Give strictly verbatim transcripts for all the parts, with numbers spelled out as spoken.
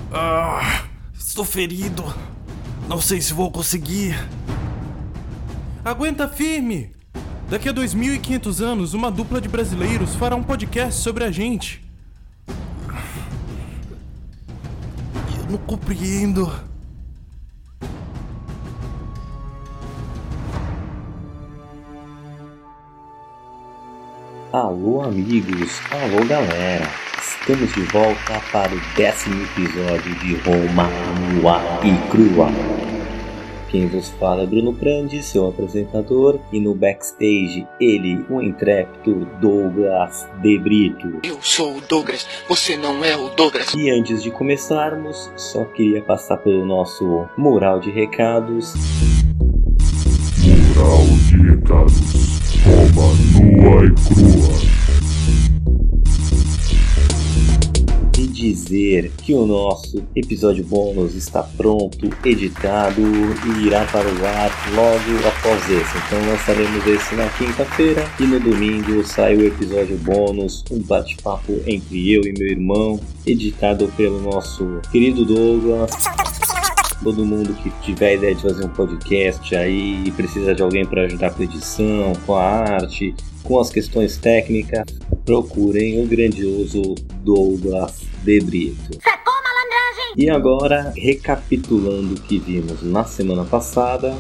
Ah, estou ferido. Não sei se vou conseguir. Aguenta firme. Daqui a dois mil e quinhentos anos, uma dupla de brasileiros fará um podcast sobre a gente. Eu não compreendo. Alô amigos, alô galera, estamos de volta para o décimo episódio de Roma Nua e Crua. Quem vos fala é Bruno Prandi, seu apresentador, e no backstage ele, o intrépido Douglas De Brito. Eu sou o Douglas, você não é o Douglas. E antes de começarmos, só queria passar pelo nosso mural de recados. Mural de recados. Roma Nua e Crua. E dizer que o nosso episódio bônus está pronto, editado e irá para o ar logo após esse. Então lançaremos esse na quinta-feira e no domingo sai o episódio bônus, um bate-papo entre eu e meu irmão, editado pelo nosso querido Douglas. Todo mundo que tiver a ideia de fazer um podcast aí e precisa de alguém para ajudar com a edição, com a arte, com as questões técnicas, procurem o grandioso Douglas De Brito. Sacou, malandragem? E agora, recapitulando o que vimos na semana passada,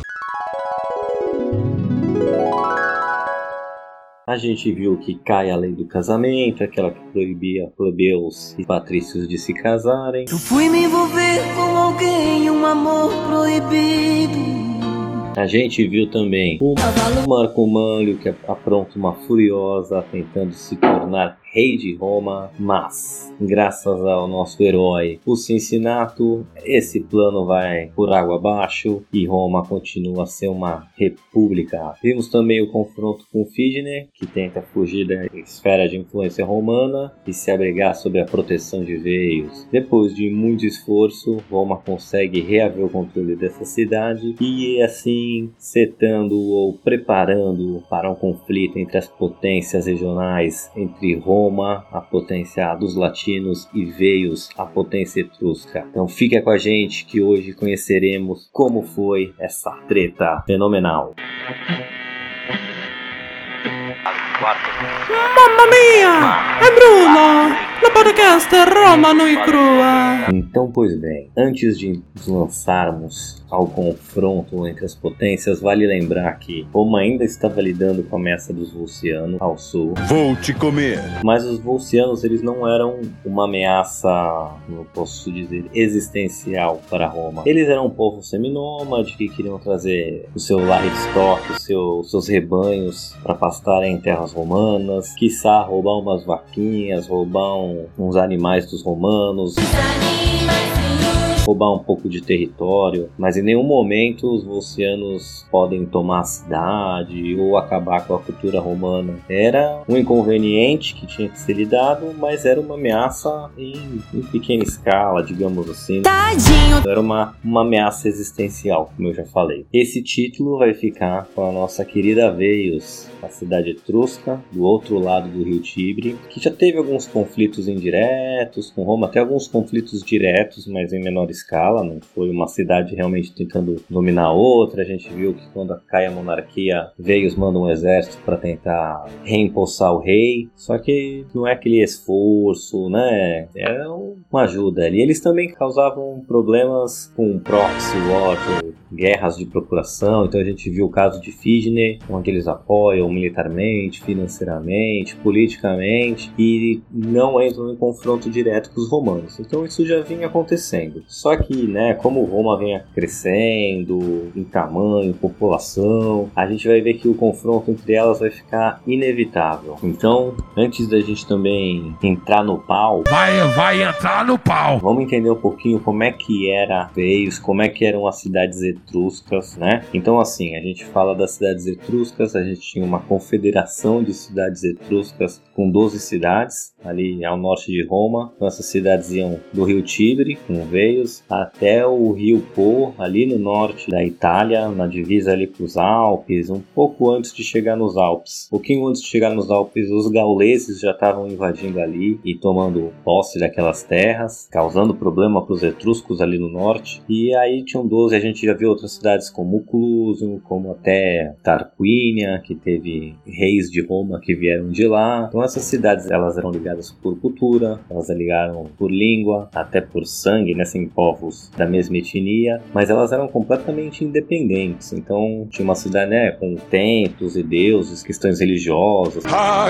a gente viu que cai a lei do casamento, aquela que proibia plebeus e patrícios de se casarem. Eu fui me envolver com alguém, um amor proibido. A gente viu também o Marco Manlio, que apronta uma furiosa tentando se tornar rei de Roma, mas graças ao nosso herói, o Cincinnato, esse plano vai por água abaixo e Roma continua a ser uma república. Vimos também o confronto com Fígine, que tenta fugir da esfera de influência romana e se abrigar sob a proteção de veios. Depois de muito esforço, Roma consegue reaver o controle dessa cidade e assim setando ou preparando para um conflito entre as potências regionais, entre Roma, Roma, a potência dos latinos, e veios, a potência etrusca. Então fica com a gente que hoje conheceremos como foi essa treta fenomenal. Mamma mia! É Bruno! No podcast Roma Nua e Crua. Então, pois bem, antes de nos lançarmos ao confronto entre as potências, vale lembrar que Roma ainda estava lidando com a ameaça dos volscianos ao sul. Vou te comer! Mas os volscianos, eles não eram uma ameaça, como eu posso dizer, existencial para Roma. Eles eram um povo seminômade que queriam trazer o seu livestock, os seu, seus rebanhos para pastarem em terras romanas, quiçá roubar umas vaquinhas, roubar um uns animais dos romanos, roubar um pouco de território, mas em nenhum momento os volscianos podem tomar a cidade ou acabar com a cultura romana. Era um inconveniente que tinha que ser lidado, mas era uma ameaça em, em pequena escala, digamos assim. Tadinho! Era uma, uma ameaça existencial, como eu já falei. Esse título vai ficar com a nossa querida Veios, a cidade etrusca, do outro lado do rio Tibre, que já teve alguns conflitos indiretos com Roma, até alguns conflitos diretos, mas em menor escala, não foi uma cidade realmente tentando dominar outra. A gente viu que quando cai a monarquia, Veios manda um exército para tentar reempossar o rei, só que não é aquele esforço, né? É uma ajuda ali. Eles também causavam problemas com proxy war, guerras de procuração, então a gente viu o caso de Fígine, onde eles apoiam militarmente, financeiramente, politicamente e não entram em confronto direto com os romanos. Então isso já vinha acontecendo. Só que, né, como Roma vinha crescendo em tamanho, população, a gente vai ver que o confronto entre elas vai ficar inevitável. Então, antes da gente também entrar no pau, Vai, vai entrar no pau! vamos entender um pouquinho como é que era Veios, como é que eram as cidades etruscas, né? Então, assim, a gente fala das cidades etruscas, a gente tinha uma confederação de cidades etruscas com doze cidades, ali ao norte de Roma. Então, essas cidades iam do rio Tibre, com Veios, romanos até o rio Po, ali no norte da Itália, na divisa ali com os Alpes, um pouco antes de chegar nos Alpes. Um pouquinho antes de chegar nos Alpes, os gauleses já estavam invadindo ali e tomando posse daquelas terras, causando problema para os etruscos ali no norte. E aí tinham doze, a gente já viu outras cidades como Clusium, como até Tarquínia, que teve reis de Roma que vieram de lá. Então essas cidades, elas eram ligadas por cultura, elas ligaram por língua, até por sangue, né, sem povos da mesma etnia, mas elas eram completamente independentes. Então tinha uma cidade, né, com templos e deuses, questões religiosas.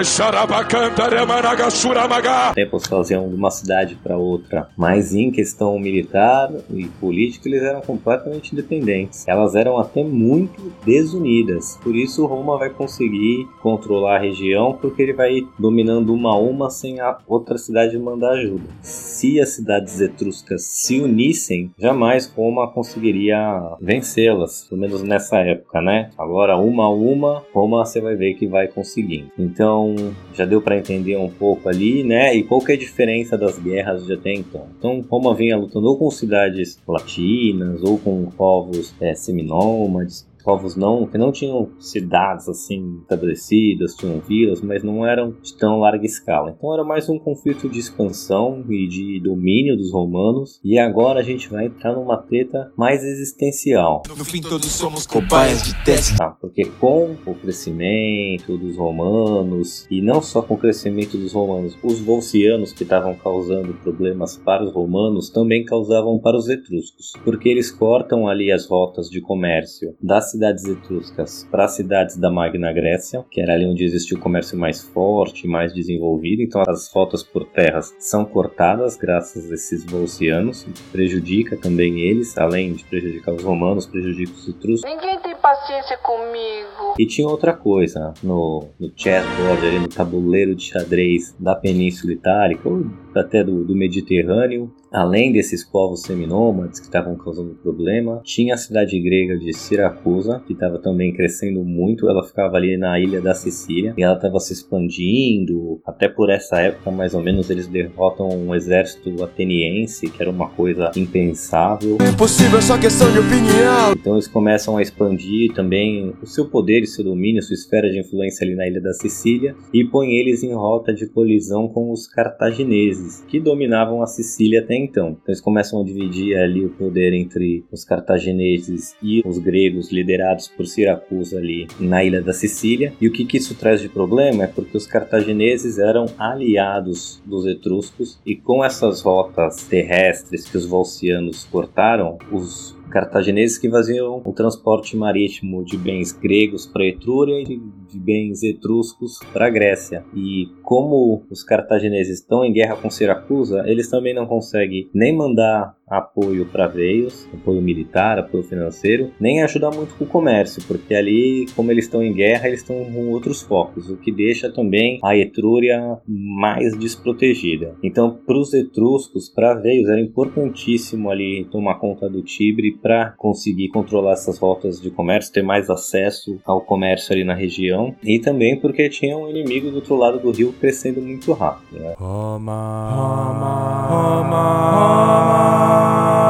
Templos faziam de uma cidade para outra, mas em questão militar e política eles eram completamente independentes. Elas eram até muito desunidas. Por isso Roma vai conseguir controlar a região, porque ele vai dominando uma a uma sem a outra cidade mandar ajuda. Se as cidades etruscas se unissem, jamais Roma conseguiria vencê-las, pelo menos nessa época, né? Agora, uma a uma, Roma você vai ver que vai conseguindo. Então, já deu para entender um pouco ali, né? E qual que é a diferença das guerras de até então? Então, Roma vinha lutando ou com cidades latinas, ou com povos é, seminômades, povos não, que não tinham cidades assim estabelecidas, tinham vilas, mas não eram de tão larga escala. Então era mais um conflito de expansão e de domínio dos romanos. E agora a gente vai entrar numa treta mais existencial. No fim todos somos cobaias de teste. Tá, porque com o crescimento dos romanos, e não só com o crescimento dos romanos, os volscianos que estavam causando problemas para os romanos também causavam para os etruscos, porque eles cortam ali as rotas de comércio das cidades etruscas para as cidades da Magna Grécia, que era ali onde existia o comércio mais forte, mais desenvolvido. Então as rotas por terras são cortadas graças a esses volscianos, prejudica também eles, além de prejudicar os romanos, prejudica os etruscos. Ninguém tem paciência comigo. E tinha outra coisa, no, no chessboard, ali no tabuleiro de xadrez da Península Itálica, ou até do, do Mediterrâneo, além desses povos seminômades que estavam causando problema, tinha a cidade grega de Siracusa, que estava também crescendo muito. Ela ficava ali na ilha da Sicília, e ela estava se expandindo. Até por essa época, mais ou menos, eles derrotam um exército ateniense, que era uma coisa impensável. Impossível, é só questão de opinião. Então eles começam a expandir também o seu poder e seu domínio, sua esfera de influência ali na ilha da Sicília, e põe eles em rota de colisão com os cartagineses, que dominavam a Sicília até então. Então eles começam a dividir ali o poder entre os cartagineses e os gregos, liderados por Siracusa ali na ilha da Sicília. E o que, que isso traz de problema é porque os cartagineses eram aliados dos etruscos, e com essas rotas terrestres que os volscianos cortaram, os cartagineses que faziam o transporte marítimo de bens gregos para a Etrúria e de bens etruscos para a Grécia. E como os cartagineses estão em guerra com Siracusa, eles também não conseguem nem mandar apoio para Veios, apoio militar, apoio financeiro, nem ajudar muito com o comércio, porque ali, como eles estão em guerra, eles estão com outros focos, o que deixa também a Etrúria mais desprotegida. Então, para os etruscos, para Veios, era importantíssimo ali tomar conta do Tibre para conseguir controlar essas rotas de comércio, ter mais acesso ao comércio ali na região, e também porque tinha um inimigo do outro lado do rio crescendo muito rápido, né? Roma, Roma, Roma, Roma.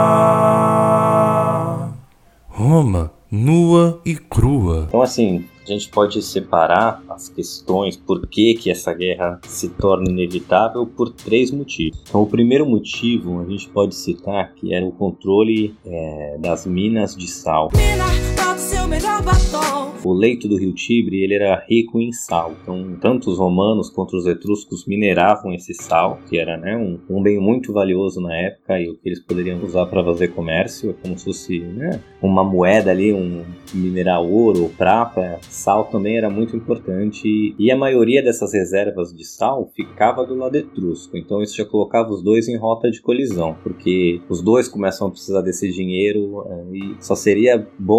Roma, nua e crua. Então, assim, a gente pode separar as questões por que, que essa guerra se torna inevitável por três motivos. Então, o primeiro motivo a gente pode citar que era o controle é, das minas de sal. Mina, bota seu melhor batom. O leito do rio Tibre ele era rico em sal, então tanto os romanos quanto os etruscos mineravam esse sal, que era, né, um, um bem muito valioso na época, e o que eles poderiam usar para fazer comércio, como se fosse, né, uma moeda ali, um mineral ouro ou prata. Sal também era muito importante, e a maioria dessas reservas de sal ficava do lado etrusco, então isso já colocava os dois em rota de colisão, porque os dois começam a precisar desse dinheiro, e só seria bom para um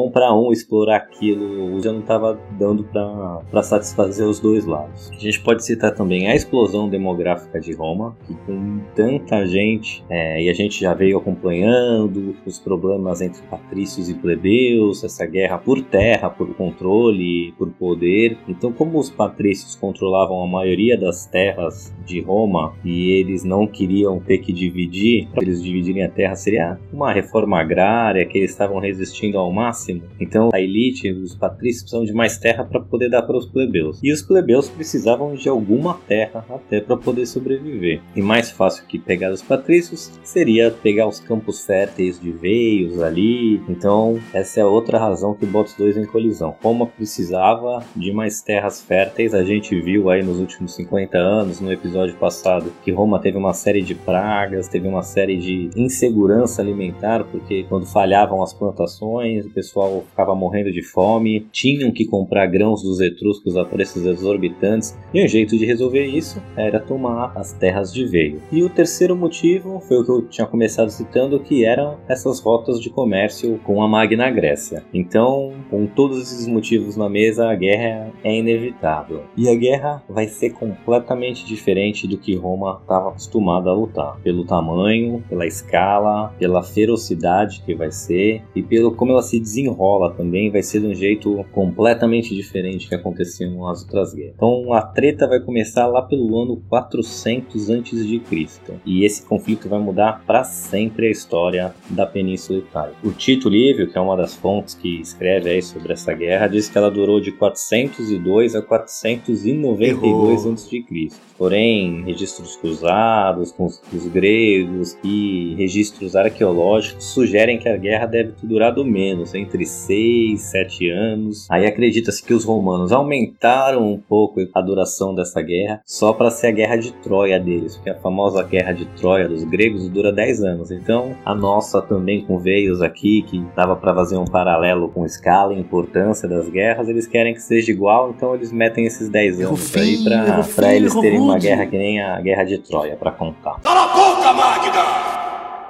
como explorar aquilo já não estava dando para satisfazer os dois lados. A gente pode citar também a explosão demográfica de Roma, que com tanta gente, é, e a gente já veio acompanhando os problemas entre patrícios e plebeus, essa guerra por terra, por controle, por poder. Então, como os patrícios controlavam a maioria das terras de Roma e eles não queriam ter que dividir, para eles dividirem a terra seria uma reforma agrária que eles estavam resistindo ao máximo. Então a elite, os patrícios precisavam de mais terra para poder dar para os plebeus. E os plebeus precisavam de alguma terra até para poder sobreviver. E mais fácil que pegar os patrícios seria pegar os campos férteis de veios ali. Então essa é outra razão que bota os dois em colisão. Roma precisava de mais terras férteis. A gente viu aí nos últimos cinquenta anos, no episódio passado, que Roma teve uma série de pragas, teve uma série de insegurança alimentar, porque quando falhavam as plantações, o pessoal ficava morrendo de fome, tinham que comprar grãos dos etruscos a preços exorbitantes, e um jeito de resolver isso era tomar as terras de veio. E o terceiro motivo foi o que eu tinha começado citando, que eram essas rotas de comércio com a Magna Grécia. Então, com todos esses motivos na mesa, a guerra é inevitável. E a guerra vai ser completamente diferente do que Roma estava acostumada a lutar, pelo tamanho, pela escala, pela ferocidade que vai ser e pelo como ela se desenrola também, vai ser de um jeito completamente diferente que aconteciam nas outras guerras. Então a treta vai começar lá pelo ano quatrocentos antes de Cristo e esse conflito vai mudar para sempre a história da Península Itálica. O Tito Livio, que é uma das fontes que escreve aí sobre essa guerra, diz que ela durou de quatrocentos e dois a quatrocentos e noventa e dois antes de Cristo. Porém, registros cruzados com os, os gregos e registros arqueológicos sugerem que a guerra deve ter durado menos, entre seis e sete anos. Aí acredita-se que os romanos aumentaram um pouco a duração dessa guerra só para ser a guerra de Troia deles, porque a famosa guerra de Troia dos gregos dura dez anos. Então, a nossa também com veios aqui, que dava para fazer um paralelo com escala e importância das guerras, eles querem que seja igual, então eles metem esses dez anos aí para eles terem uma guerra que nem a guerra de Troia para contar. Cala a boca, Magda!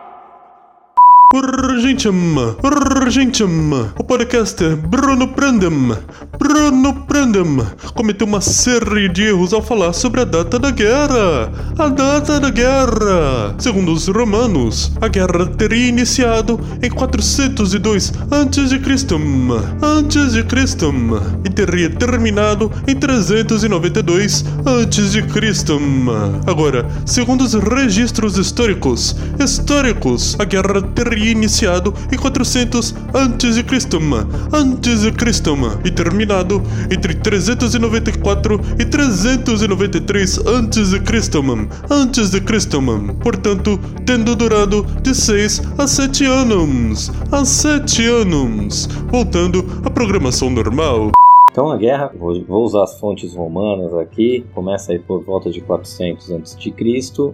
Urgentum, urgentum, o podcaster Bruno Brandem, Bruno Brandem, cometeu uma série de erros ao falar sobre a data da guerra, a data da guerra. Segundo os romanos, a guerra teria iniciado em quatrocentos e dois antes de Cristo, antes de Cristo, e teria terminado em trezentos e noventa e dois antes de Cristo. Agora, segundo os registros históricos, históricos, a guerra teria iniciado em quatrocentos antes de Cristo, antes de Cristo, e terminado entre trezentos e noventa e quatro e trezentos e noventa e três antes de Cristo, antes de Cristo. Portanto, tendo durado de seis a sete anos, a sete anos, voltando à programação normal. Então a guerra, vou, vou usar as fontes romanas aqui, começa aí por volta de quatrocentos antes de Cristo.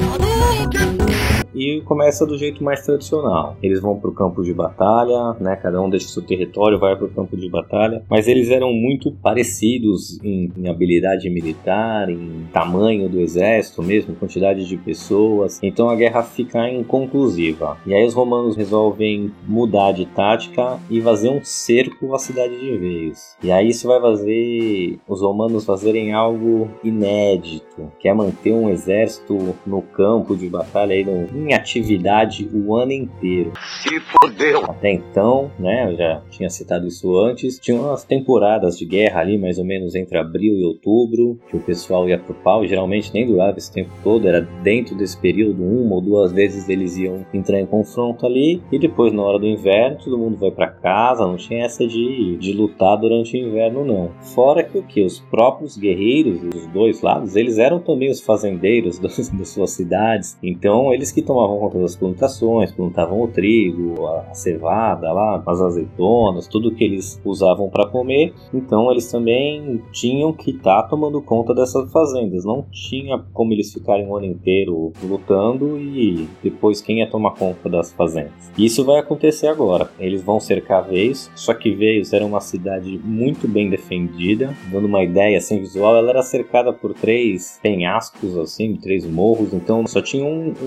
E começa do jeito mais tradicional. Eles vão para o campo de batalha, né? Cada um deixa seu território, vai para o campo de batalha. Mas eles eram muito parecidos em, em habilidade militar, em tamanho do exército mesmo, quantidade de pessoas. Então a guerra fica inconclusiva. E aí os romanos resolvem mudar de tática e fazer um cerco à cidade de Veios. E aí isso vai fazer os romanos fazerem algo inédito, que é manter um exército no campo de batalha aí no em atividade o ano inteiro. Se fodeu! Até então, né, eu já tinha citado isso antes, tinha umas temporadas de guerra ali, mais ou menos entre abril e outubro, que o pessoal ia pro pau, e geralmente nem durava esse tempo todo, era dentro desse período, uma ou duas vezes eles iam entrar em confronto ali, e depois na hora do inverno, todo mundo vai pra casa, não tinha essa de, de lutar durante o inverno não. Fora que o que? Os próprios guerreiros dos dois lados, eles eram também os fazendeiros das, das suas cidades, então eles que tomavam conta das plantações, plantavam o trigo, a cevada lá, as azeitonas, tudo que eles usavam para comer. Então eles também tinham que estar tá tomando conta dessas fazendas. Não tinha como eles ficarem o ano inteiro lutando e depois quem ia tomar conta das fazendas. Isso vai acontecer agora. Eles vão cercar Veios, só que Veios era uma cidade muito bem defendida. Dando uma ideia assim visual, ela era cercada por três penhascos, assim, três morros. Então só tinha um, um caminho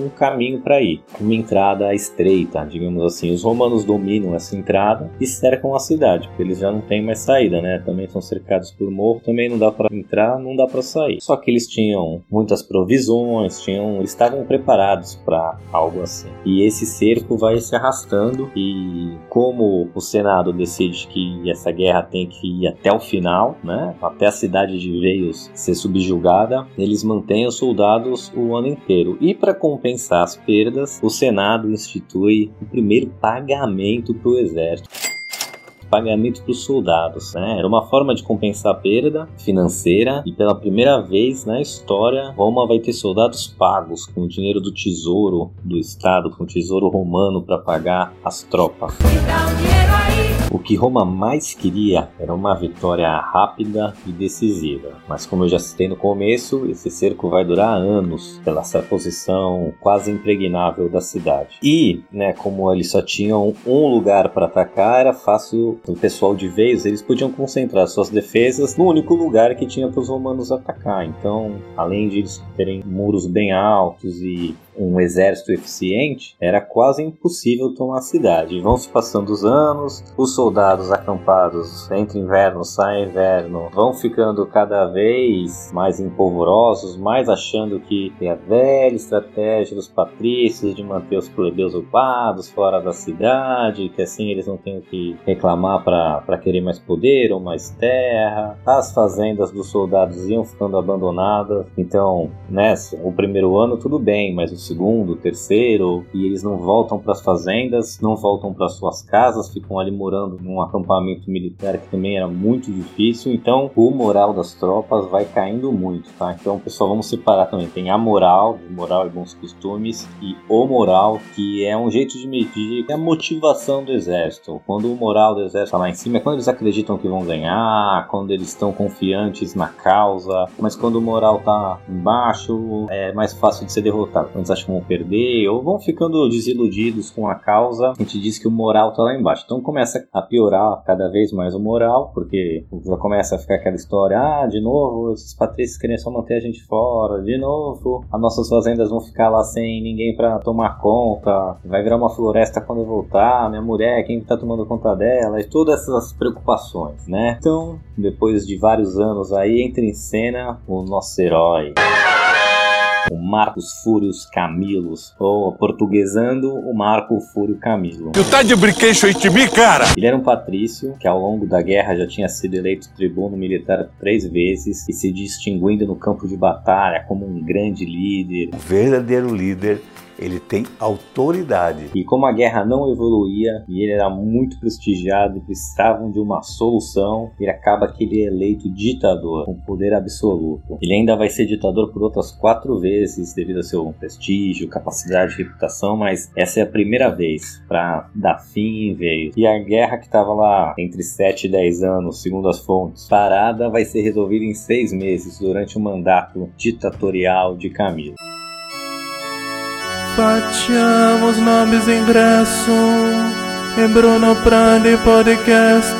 caminho para ir. Uma entrada estreita, digamos assim. Os romanos dominam essa entrada e cercam a cidade, porque eles já não têm mais saída, né? Também são cercados por morro, também não dá para entrar, não dá para sair. Só que eles tinham muitas provisões, tinham, eles estavam preparados para algo assim. E esse cerco vai se arrastando e como o Senado decide que essa guerra tem que ir até o final, né? Até a cidade de Veios ser subjugada, eles mantêm os soldados o ano inteiro. E para compensar as perdas, o Senado institui o primeiro pagamento para o exército. Pagamento para os soldados, né? Era uma forma de compensar a perda financeira e pela primeira vez na história Roma vai ter soldados pagos com o dinheiro do tesouro do estado, com o tesouro romano para pagar as tropas. O que Roma mais queria era uma vitória rápida e decisiva, mas como eu já citei no começo, esse cerco vai durar anos pela essa posição quase impregnável da cidade. E, né, como eles só tinham um lugar para atacar, era fácil. O pessoal de Veios, eles podiam concentrar suas defesas no único lugar que tinha para os romanos atacar. Então, além de eles terem muros bem altos e um exército eficiente, era quase impossível tomar a cidade. Vão se passando os anos, os soldados acampados entre inverno, sai inverno, vão ficando cada vez mais empolvorosos, mais achando que tem a velha estratégia dos patrícios de manter os plebeus ocupados fora da cidade, que assim eles não têm que reclamar para querer mais poder ou mais terra. As fazendas dos soldados iam ficando abandonadas. Então, né, o primeiro ano tudo bem, mas o segundo, o terceiro, e eles não voltam para as fazendas, não voltam para suas casas, ficam ali morando num acampamento militar que também era muito difícil. Então o moral das tropas vai caindo muito, tá? Então, pessoal, vamos separar também. Tem a moral, moral e bons costumes, e o moral, que é um jeito de medir a motivação do exército. Quando o moral do exército está lá em cima, é quando eles acreditam que vão ganhar, quando eles estão confiantes na causa, mas quando o moral está embaixo, é mais fácil de ser derrotado. Quando eles acham que vão perder ou vão ficando desiludidos com a causa, a gente diz que o moral está lá embaixo. Então começa a piorar cada vez mais o moral, porque já começa a ficar aquela história, ah, de novo, esses patrícios querem só manter a gente fora, de novo, as nossas fazendas vão ficar lá sem ninguém para tomar conta, vai virar uma floresta quando eu voltar, minha mulher, quem está tomando conta dela, e todas essas preocupações, né? Então, depois de vários anos aí, entra em cena o nosso herói, o Marcus Fúrius Camillus, ou portuguesando, o Marco Fúrio Camilo. Tu tá de brinquedo aí de mim, cara? Ele era um patrício que ao longo da guerra já tinha sido eleito tribuno militar três vezes e se distinguindo no campo de batalha como um grande líder. O verdadeiro líder, ele tem autoridade. E como a guerra não evoluía e ele era muito prestigiado e precisavam de uma solução, ele acaba que ele é eleito ditador, com poder absoluto. Ele ainda vai ser ditador por outras quatro vezes devido ao seu prestígio, capacidade e reputação, mas essa é a primeira vez para dar fim em Veios. E a guerra que estava lá entre sete e dez anos, segundo as fontes, parada, vai ser resolvida em seis meses durante o mandato ditatorial de Camilo. Facciamo snobis ingresso e Bruno Prandi podcast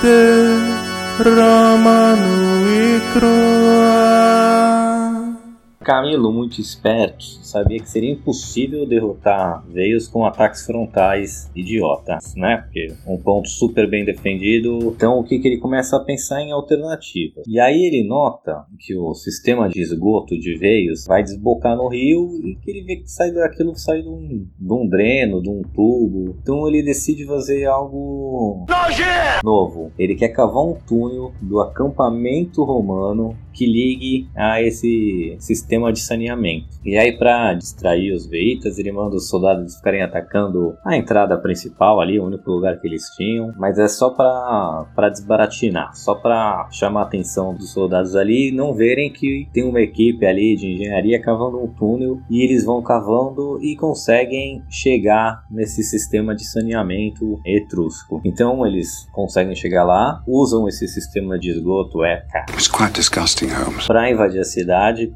Romano e Crua. Camilo, muito esperto, sabia que seria impossível derrotar Veios com ataques frontais idiotas, né? Porque um ponto super bem defendido. Então o que, que ele começa a pensar em alternativas. E aí ele nota que o sistema de esgoto de Veios vai desbocar no rio e que ele vê que sai daquilo sai de um, de um dreno, de um tubo. Então ele decide fazer algo novo. Ele quer cavar um túnel do acampamento romano que ligue a esse sistema de saneamento. E aí, para distrair os veitas, ele manda os soldados ficarem atacando a entrada principal ali, o único lugar que eles tinham, mas é só para para desbaratinar, só para chamar a atenção dos soldados ali e não verem que tem uma equipe ali de engenharia cavando um túnel, e eles vão cavando e conseguem chegar nesse sistema de saneamento etrusco. Então eles conseguem chegar lá, usam esse sistema de esgoto ECA para invadir a cidade pelo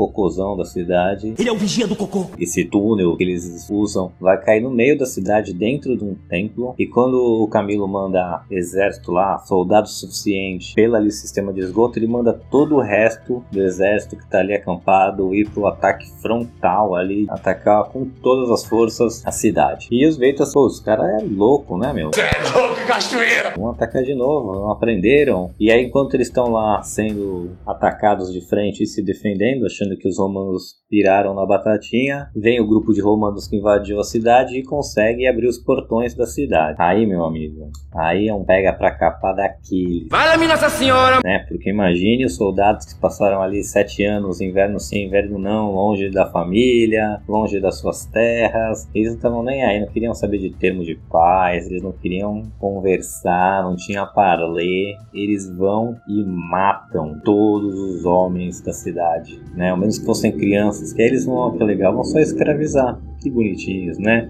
cocôzão da cidade. Ele é o vigia do cocô. Esse túnel que eles usam vai cair no meio da cidade, dentro de um templo. E quando o Camilo manda exército lá, soldado suficiente, pelo ali sistema de esgoto, ele manda todo o resto do exército que tá ali acampado ir pro ataque frontal ali, atacar com todas as forças a cidade. E os Veitas, pô, os caras é louco, né, meu? É louco, cachoeira! Vão atacar de novo, não aprenderam. E aí, enquanto eles estão lá sendo atacados de frente e se defendendo, achando que os romanos piraram na batatinha, vem o grupo de romanos que invadiu a cidade e consegue abrir os portões da cidade. Aí, meu amigo, aí é um pega pra capar daquele. Vai lá, minha Nossa Senhora! Né? Porque imagine os soldados que passaram ali sete anos, inverno sim, inverno não, longe da família, longe das suas terras. Eles não estavam nem aí, não queriam saber de termo de paz, eles não queriam conversar, não tinha parlê. Eles vão e matam todos os homens da cidade, né? Ao menos que fossem crianças, que aí eles vão, que legal, vão só escravizar. Que bonitinhos, né?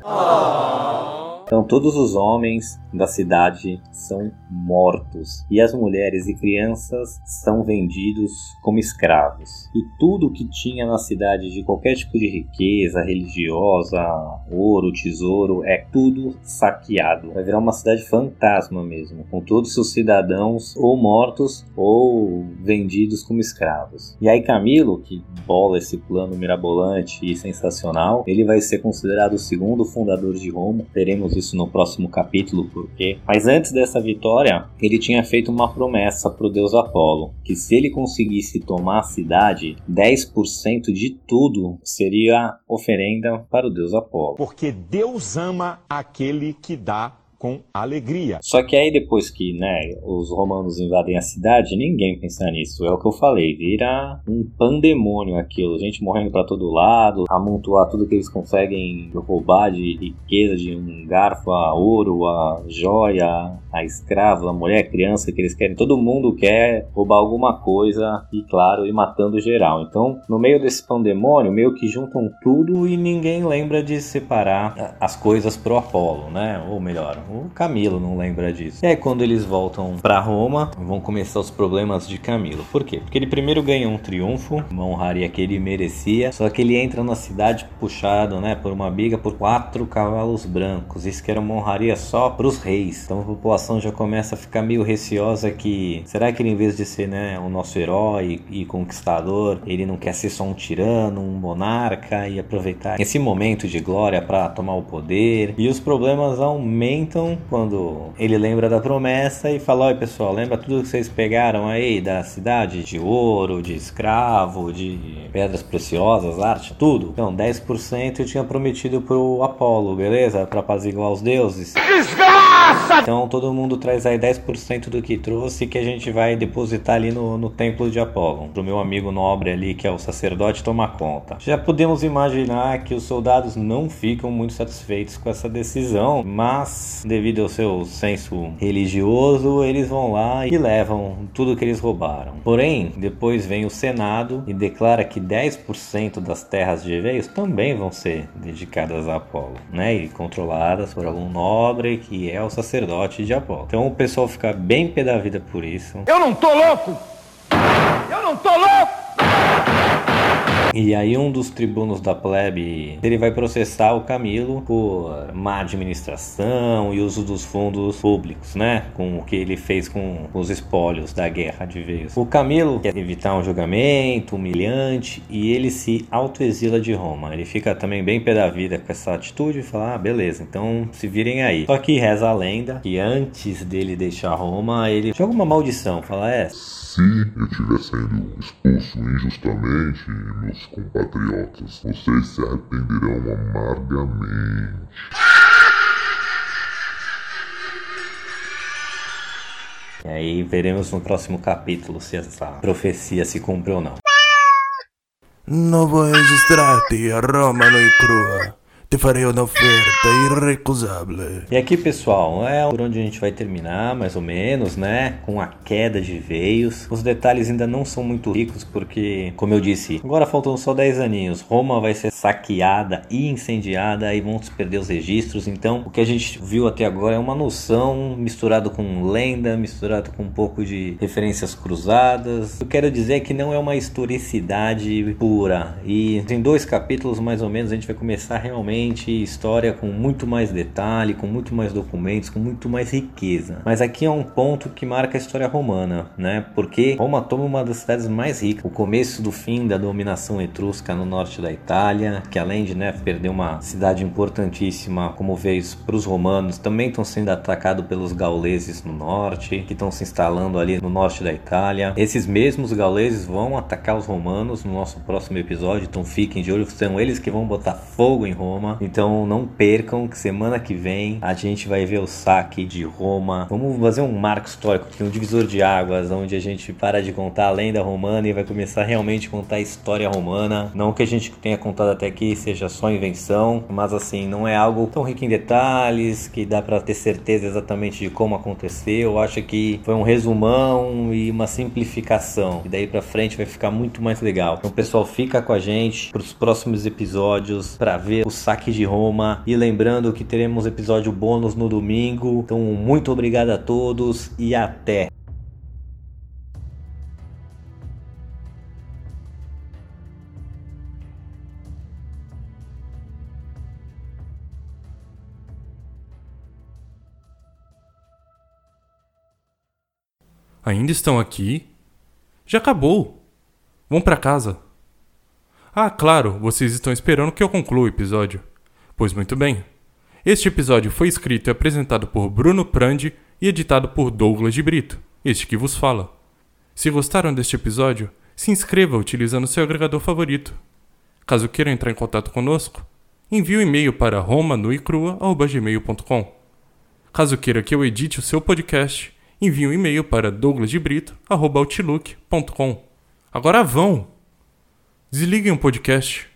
Oh. Então todos os homens da cidade são mortos e as mulheres e crianças são vendidos como escravos. E tudo que tinha na cidade de qualquer tipo de riqueza religiosa, ouro, tesouro, é tudo saqueado. Vai virar uma cidade fantasma mesmo, com todos os seus cidadãos ou mortos ou vendidos como escravos. E aí Camilo, que bola esse plano mirabolante e sensacional, ele vai ser considerado o segundo fundador de Roma. Teremos isso no próximo capítulo, porque... Mas antes dessa vitória, ele tinha feito uma promessa para o deus Apolo, que se ele conseguisse tomar a cidade, dez por cento de tudo seria oferenda para o deus Apolo. Porque Deus ama aquele que dá com alegria. Só que aí depois que, né, os romanos invadem a cidade, ninguém pensa nisso. É o que eu falei, vira um pandemônio aquilo. Gente morrendo pra todo lado, amontoar tudo que eles conseguem roubar de riqueza, de um garfo a ouro, a joia, a escravo, a mulher, a criança, que eles querem. Todo mundo quer roubar alguma coisa e, claro, ir matando geral. Então, no meio desse pandemônio, meio que juntam tudo e ninguém lembra de separar as coisas pro Apolo, né? Ou melhor, o Camilo não lembra disso. E aí quando eles voltam pra Roma, vão começar os problemas de Camilo. Por quê? Porque ele primeiro ganhou um triunfo, uma honraria que ele merecia, só que ele entra na cidade puxado, né, por uma biga por quatro cavalos brancos. Isso que era uma honraria só pros reis. Então a população já começa a ficar meio receosa que, será que ele, em vez de ser, né, o nosso herói e conquistador, ele não quer ser só um tirano, um monarca e aproveitar esse momento de glória pra tomar o poder? E os problemas aumentam quando ele lembra da promessa e fala: oi pessoal, lembra tudo que vocês pegaram aí da cidade? De ouro, de escravo, de pedras preciosas, arte, tudo. Então dez por cento eu tinha prometido pro Apolo, beleza? Pra apaziguar os deuses. Desgraça! Então todo mundo traz aí dez por cento do que trouxe, que a gente vai depositar ali no, no templo de Apolo, pro meu amigo nobre ali, que é o sacerdote, tomar conta. Já podemos imaginar que os soldados não ficam muito satisfeitos com essa decisão, mas devido ao seu senso religioso, eles vão lá e levam tudo que eles roubaram. Porém, depois vem o Senado e declara que dez por cento das terras de Eveios também vão ser dedicadas a Apolo, né? E controladas por algum nobre que é o sacerdote de Apolo. Então o pessoal fica bem pé da vida por isso. Eu não tô louco! Eu não tô louco! E aí um dos tribunos da plebe, ele vai processar o Camilo por má administração e uso dos fundos públicos, né? Com o que ele fez com os espólios da guerra de Eveios. O Camilo quer evitar um julgamento humilhante e ele se autoexila de Roma. Ele fica também bem pé da vida com essa atitude e fala: ah, beleza, então se virem aí. Só que reza a lenda que antes dele deixar Roma, ele joga uma maldição, fala: é... se eu estiver sendo expulso injustamente, meus compatriotas, vocês se arrependerão amargamente. E aí veremos no próximo capítulo se essa profecia se cumpre ou não. Não vou registrar-te a Roma no crua. te farei uma oferta irrecusável. E aqui, pessoal, é por onde a gente vai terminar, mais ou menos, né? Com a queda de veios. Os detalhes ainda não são muito ricos, porque, como eu disse, agora faltam só dez aninhos. Roma vai ser saqueada e incendiada, e vão se perder os registros. Então, o que a gente viu até agora é uma noção misturado com lenda, misturado com um pouco de referências cruzadas. Eu quero dizer que não é uma historicidade pura. E em dois capítulos, mais ou menos, a gente vai começar realmente história com muito mais detalhe, com muito mais documentos, com muito mais riqueza. Mas aqui é um ponto que marca a história romana, né? Porque Roma toma uma das cidades mais ricas. O começo do fim da dominação etrusca no norte da Itália, que além de, né, perder uma cidade importantíssima como vez para os romanos, também estão sendo atacados pelos gauleses no norte, que estão se instalando ali no norte da Itália. Esses mesmos gauleses vão atacar os romanos no nosso próximo episódio, então fiquem de olho, são eles que vão botar fogo em Roma. Então não percam que semana que vem a gente vai ver o saque de Roma. Vamos fazer um marco histórico aqui, um divisor de águas, onde a gente para de contar a lenda romana e vai começar realmente a contar a história romana. Não que a gente tenha contado até aqui seja só invenção, mas assim, não é algo tão rico em detalhes que dá para ter certeza exatamente de como aconteceu. Eu acho que foi um resumão e uma simplificação, e daí para frente vai ficar muito mais legal. Então, pessoal, fica com a gente para os próximos episódios para ver o saque de Roma, e lembrando que teremos episódio bônus no domingo. Então, muito obrigado a todos e até! Ainda estão aqui? Já acabou. Vão pra casa. Ah, claro, vocês estão esperando que eu conclua o episódio. Pois muito bem. Este episódio foi escrito e apresentado por Bruno Prandi e editado por Douglas de Brito, este que vos fala. Se gostaram deste episódio, se inscreva utilizando seu agregador favorito. Caso queiram entrar em contato conosco, envie um e-mail para roma nua e crua arroba gmail ponto com. Caso queira que eu edite o seu podcast, envie um e-mail para douglas de brito arroba outlook ponto com. Agora vão! Desliguem o podcast.